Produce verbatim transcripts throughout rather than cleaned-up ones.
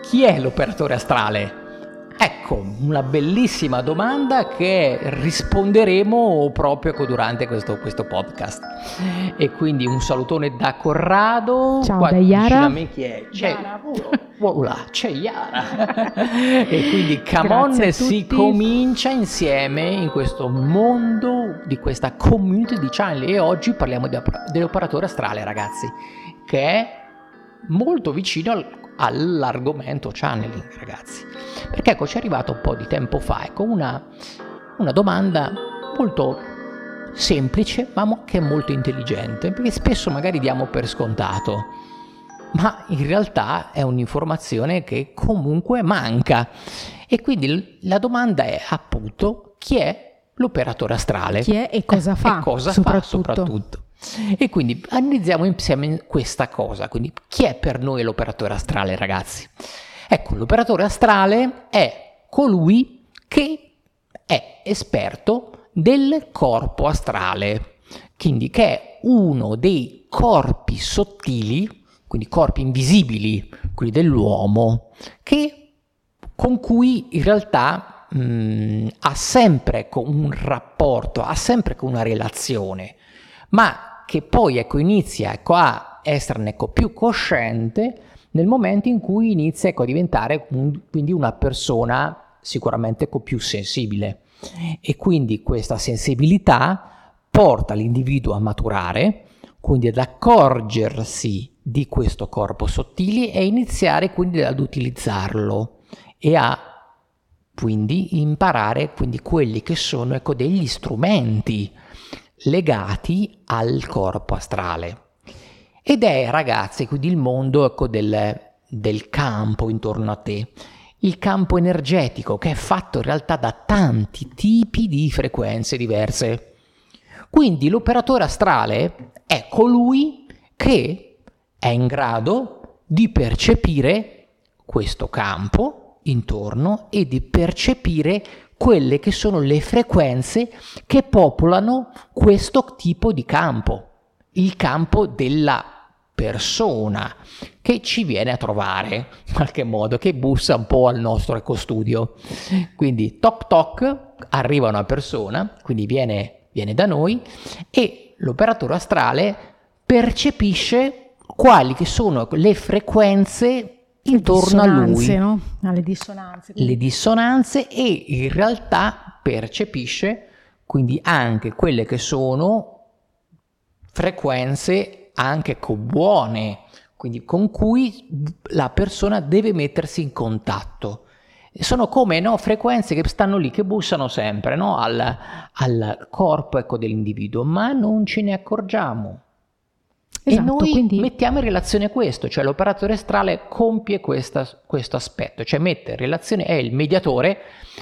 chi è l'operatore astrale? Ecco, una bellissima domanda che risponderemo proprio durante questo, questo podcast. E quindi un salutone da Corrado. Ciao, qua da Iara. A me chi è? C'è Iara, oh, là, c'è Iara. E quindi come on, si comincia insieme in questo mondo di questa community di channel. E oggi parliamo di, dell'operatore astrale, ragazzi, che è molto vicino al, all'argomento channeling, ragazzi. Perché ecco, ci è arrivato un po' di tempo fa ecco, una, una domanda molto semplice, ma che è molto intelligente, perché spesso magari diamo per scontato, ma in realtà è un'informazione che comunque manca. E quindi la domanda è appunto: chi è l'operatore astrale? Chi è e cosa fa? E cosa soprattutto. fa soprattutto. E quindi analizziamo insieme questa cosa. Quindi chi è per noi l'operatore astrale, ragazzi? Ecco, l'operatore astrale è colui che è esperto del corpo astrale, quindi che è uno dei corpi sottili, quindi corpi invisibili, quelli dell'uomo, che, con cui in realtà mh, ha sempre un rapporto, ha sempre una relazione, ma che poi ecco, inizia ecco, a esserne ecco, più cosciente nel momento in cui inizia ecco, a diventare un, quindi una persona sicuramente ecco, più sensibile. E quindi questa sensibilità porta l'individuo a maturare, quindi ad accorgersi di questo corpo sottile e iniziare quindi ad utilizzarlo e a quindi imparare quindi quelli che sono ecco, degli strumenti legati al corpo astrale. Ed è, ragazzi, quindi il mondo ecco, del, del campo intorno a te, il campo energetico, che è fatto in realtà da tanti tipi di frequenze diverse. Quindi l'operatore astrale è colui che è in grado di percepire questo campo intorno e di percepire quelle che sono le frequenze che popolano questo tipo di campo, il campo della persona che ci viene a trovare in qualche modo, che bussa un po' al nostro ecostudio. Quindi toc toc, arriva una persona, quindi viene, viene da noi e l'operatore astrale percepisce quali che sono le frequenze intorno a lui, no? Alle dissonanze, quindi. le dissonanze e in realtà percepisce quindi anche quelle che sono frequenze anche buone, quindi con cui la persona deve mettersi in contatto. Sono come no, frequenze che stanno lì, che bussano sempre no, al, al corpo ecco, dell'individuo, ma non ce ne accorgiamo. Esatto, e noi quindi mettiamo in relazione questo, cioè l'operatore astrale compie questa, questo aspetto, cioè mette in relazione, è il mediatore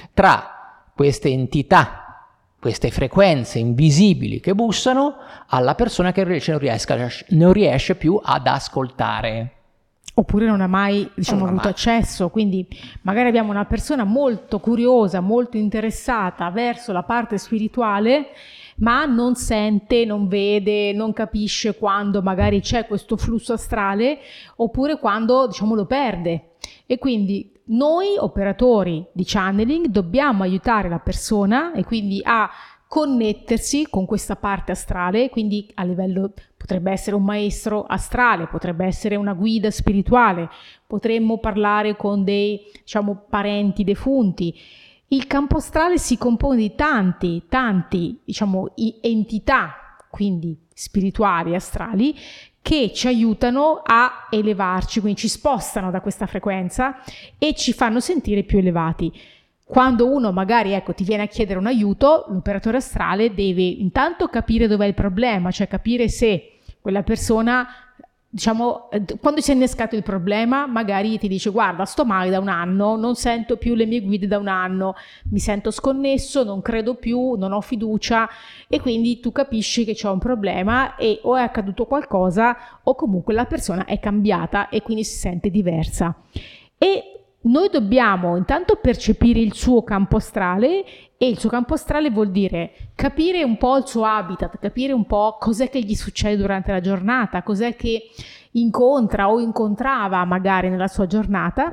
tra queste entità, queste frequenze invisibili che bussano, alla persona che invece non riesce, non riesce più ad ascoltare. Oppure non ha mai diciamo, non avuto mai. accesso, quindi magari abbiamo una persona molto curiosa, molto interessata verso la parte spirituale, ma non sente, non vede, non capisce quando magari c'è questo flusso astrale oppure quando diciamo lo perde. E quindi noi operatori di channeling dobbiamo aiutare la persona e quindi a connettersi con questa parte astrale, quindi a livello potrebbe essere un maestro astrale, potrebbe essere una guida spirituale, potremmo parlare con dei diciamo parenti defunti. Il campo astrale si compone di tanti, tanti, diciamo, entità, quindi spirituali, astrali, che ci aiutano a elevarci, quindi ci spostano da questa frequenza e ci fanno sentire più elevati. Quando uno magari ecco, ti viene a chiedere un aiuto, l'operatore astrale deve intanto capire dov'è il problema, cioè capire se quella persona, diciamo, quando si è innescato il problema, magari ti dice guarda, sto male da un anno, non sento più le mie guide da un anno, mi sento sconnesso, non credo più, non ho fiducia e quindi tu capisci che c'è un problema e o è accaduto qualcosa o comunque la persona è cambiata e quindi si sente diversa. E noi dobbiamo intanto percepire il suo campo astrale e il suo campo astrale vuol dire capire un po' il suo habitat, capire un po' cos'è che gli succede durante la giornata, cos'è che incontra o incontrava magari nella sua giornata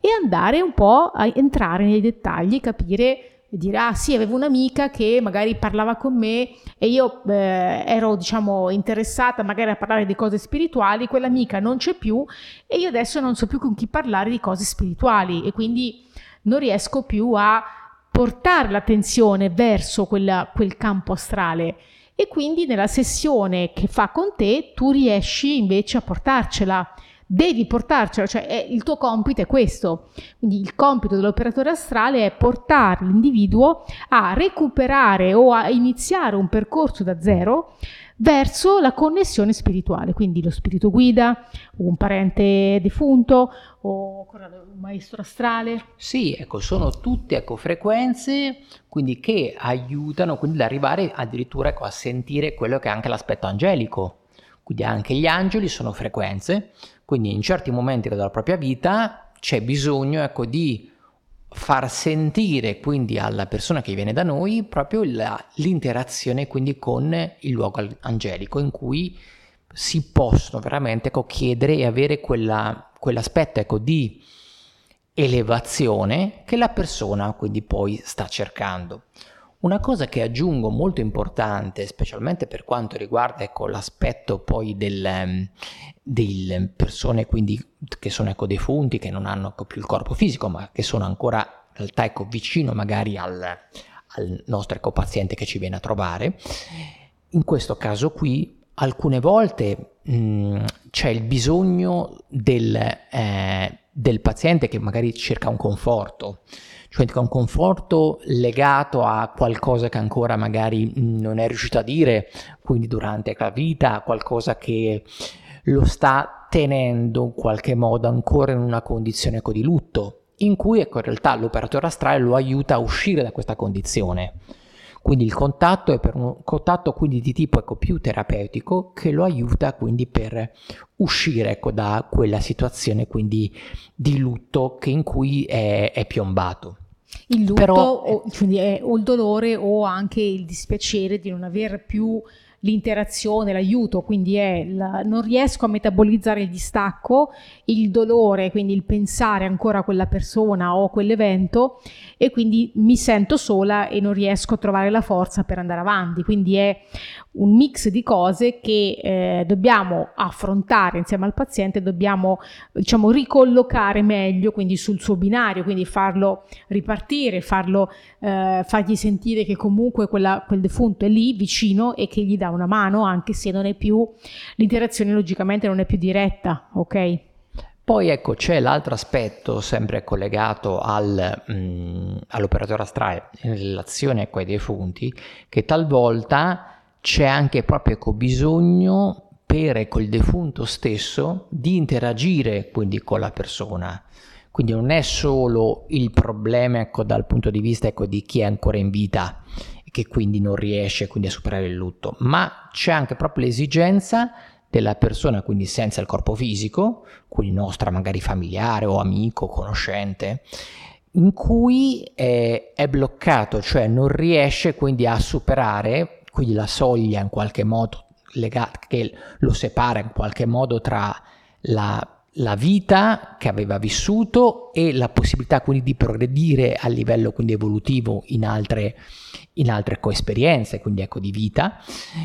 e andare un po' a entrare nei dettagli, capire e dire ah sì, avevo un'amica che magari parlava con me e io eh, ero diciamo interessata magari a parlare di cose spirituali, quell'amica non c'è più e io adesso non so più con chi parlare di cose spirituali e quindi non riesco più a portare l'attenzione verso quella, quel campo astrale e quindi nella sessione che fa con te tu riesci invece a portarcela. Devi portarcela, cioè è, il tuo compito è questo, quindi il compito dell'operatore astrale è portare l'individuo a recuperare o a iniziare un percorso da zero verso la connessione spirituale, quindi lo spirito guida, un parente defunto o un maestro astrale. Sì, ecco, sono tutte ecco, frequenze quindi che aiutano quindi ad arrivare addirittura ecco, a sentire quello che è anche l'aspetto angelico. Quindi anche gli angeli sono frequenze, quindi in certi momenti della propria vita c'è bisogno ecco, di far sentire quindi alla persona che viene da noi proprio la, l'interazione quindi con il luogo angelico in cui si possono veramente ecco, chiedere e avere quella, quell'aspetto ecco, di elevazione che la persona quindi poi sta cercando. Una cosa che aggiungo molto importante, specialmente per quanto riguarda ecco, l'aspetto poi del, delle persone quindi, che sono ecco, defunti, che non hanno ecco, più il corpo fisico, ma che sono ancora in realtà ecco, vicino magari al, al nostro ecco, paziente che ci viene a trovare, in questo caso qui alcune volte mh, c'è il bisogno del, eh, del paziente che magari cerca un conforto, cioè un conforto legato a qualcosa che ancora magari non è riuscito a dire, quindi durante la vita, qualcosa che lo sta tenendo in qualche modo ancora in una condizione ecco, di lutto, in cui ecco, in realtà l'operatore astrale lo aiuta a uscire da questa condizione. Quindi il contatto è per un contatto quindi di tipo ecco, più terapeutico che lo aiuta quindi per uscire ecco, da quella situazione quindi di lutto che in cui è, è piombato. Il lutto Però, o, quindi è, o il dolore o anche il dispiacere di non aver più l'interazione, l'aiuto, quindi è la, non riesco a metabolizzare il distacco, il dolore, quindi il pensare ancora a quella persona o a quell'evento e quindi mi sento sola e non riesco a trovare la forza per andare avanti, quindi è un mix di cose che eh, dobbiamo affrontare insieme al paziente, dobbiamo diciamo ricollocare meglio, quindi sul suo binario, quindi farlo ripartire, farlo eh, fargli sentire che comunque quella, quel defunto è lì vicino e che gli dà una mano, anche se non è più l'interazione logicamente non è più diretta, ok? Poi ecco c'è l'altro aspetto sempre collegato al, mh, all'operatore astrale in relazione ecco, ai defunti, che talvolta c'è anche proprio ecco, bisogno per ecco, il defunto stesso di interagire quindi con la persona. Quindi non è solo il problema ecco, dal punto di vista ecco, di chi è ancora in vita e che quindi non riesce quindi a superare il lutto, ma c'è anche proprio l'esigenza della persona quindi senza il corpo fisico, quindi nostra magari familiare o amico, conoscente, in cui è, è bloccato, cioè non riesce quindi a superare quindi la soglia in qualche modo legata, che lo separa in qualche modo tra la la vita che aveva vissuto e la possibilità quindi di progredire a livello quindi evolutivo in altre, in altre coesperienze, quindi ecco di vita,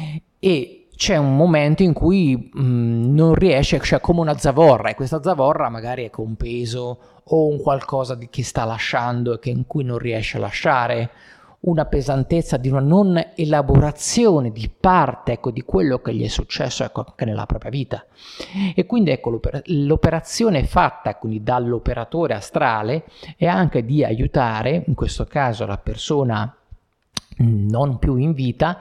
e c'è un momento in cui mh, non riesce, cioè come una zavorra, e questa zavorra magari è con un peso o un qualcosa di, che sta lasciando e che in cui non riesce a lasciare, una pesantezza di una non elaborazione di parte ecco, di quello che gli è successo ecco, anche nella propria vita. E quindi ecco, l'oper- l'operazione fatta quindi dall'operatore astrale è anche di aiutare, in questo caso la persona non più in vita,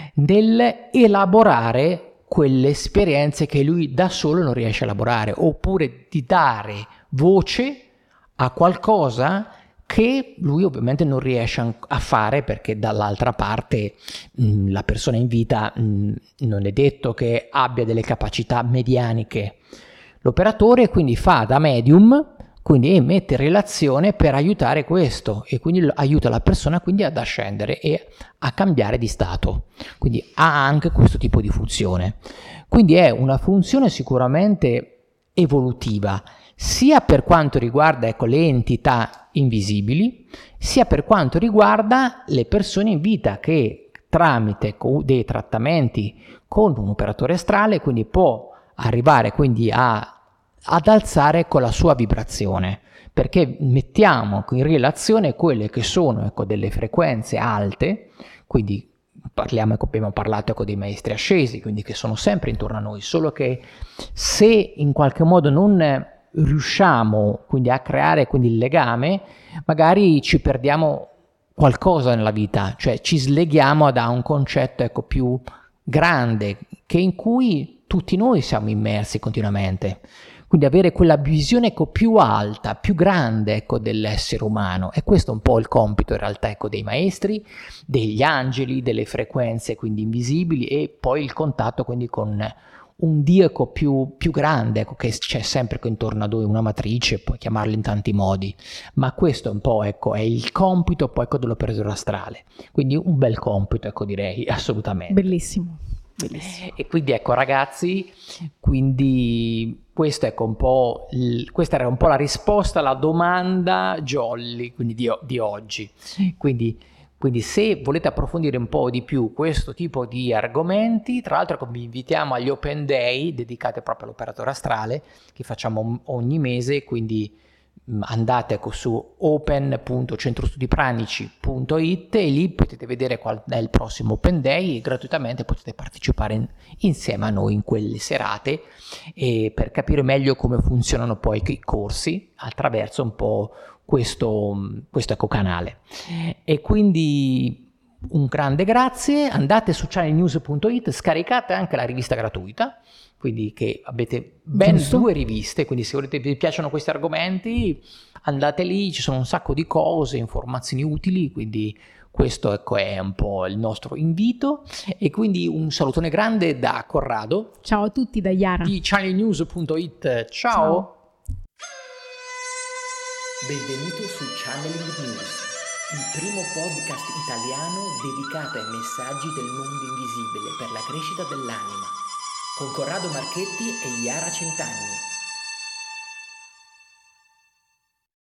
nell'elaborare quelle esperienze che lui da solo non riesce a elaborare, oppure di dare voce a qualcosa che lui ovviamente non riesce a fare perché dall'altra parte mh, la persona in vita mh, non è detto che abbia delle capacità medianiche. L'operatore quindi fa da medium, quindi mette in relazione per aiutare questo e quindi aiuta la persona quindi ad ascendere e a cambiare di stato. Quindi ha anche questo tipo di funzione. Quindi è una funzione sicuramente evolutiva, sia per quanto riguarda ecco, le entità invisibili, sia per quanto riguarda le persone in vita che tramite dei trattamenti con un operatore astrale quindi può arrivare quindi a, ad alzare con la sua vibrazione, perché mettiamo in relazione quelle che sono ecco, delle frequenze alte, quindi parliamo, ecco, abbiamo parlato ecco, dei maestri ascesi, quindi che sono sempre intorno a noi, solo che se in qualche modo non riusciamo quindi a creare quindi il legame, magari ci perdiamo qualcosa nella vita, cioè ci sleghiamo da un concetto ecco, più grande, che in cui tutti noi siamo immersi continuamente. Quindi avere quella visione ecco, più alta, più grande ecco, dell'essere umano. E questo è un po' il compito in realtà ecco, dei maestri, degli angeli, delle frequenze quindi invisibili, e poi il contatto quindi con un Dio ecco, più, più grande, ecco, che c'è sempre intorno a noi, una matrice, puoi chiamarlo in tanti modi, ma questo è un po' ecco, è il compito poi ecco, dell'operatore astrale. Quindi un bel compito, ecco, direi, assolutamente. Bellissimo. Bellissimo. E quindi ecco ragazzi, quindi questo ecco un po' il, questa era un po' la risposta alla domanda jolly quindi di, di oggi. Quindi, quindi se volete approfondire un po' di più questo tipo di argomenti, tra l'altro vi invitiamo agli Open Day dedicati proprio all'operatore astrale che facciamo ogni mese, quindi andate ecco, su open punto centrostudipranici punto it e lì potete vedere qual è il prossimo Open Day e gratuitamente potete partecipare in, insieme a noi in quelle serate, e per capire meglio come funzionano poi i corsi attraverso un po' questo, questo ecco, canale. E quindi un grande grazie, andate su channel news punto it, scaricate anche la rivista gratuita, quindi che avete ben Giusto. due riviste, quindi se volete, vi piacciono questi argomenti andate lì, ci sono un sacco di cose, informazioni utili, quindi questo ecco è un po' il nostro invito. E quindi un salutone grande da Corrado. Ciao a tutti da Iara di channel news punto it. Ciao. Ciao. Benvenuto su Channeling News, il primo podcast italiano dedicato ai messaggi del mondo invisibile per la crescita dell'anima, con Corrado Marchetti e Iara Centanni.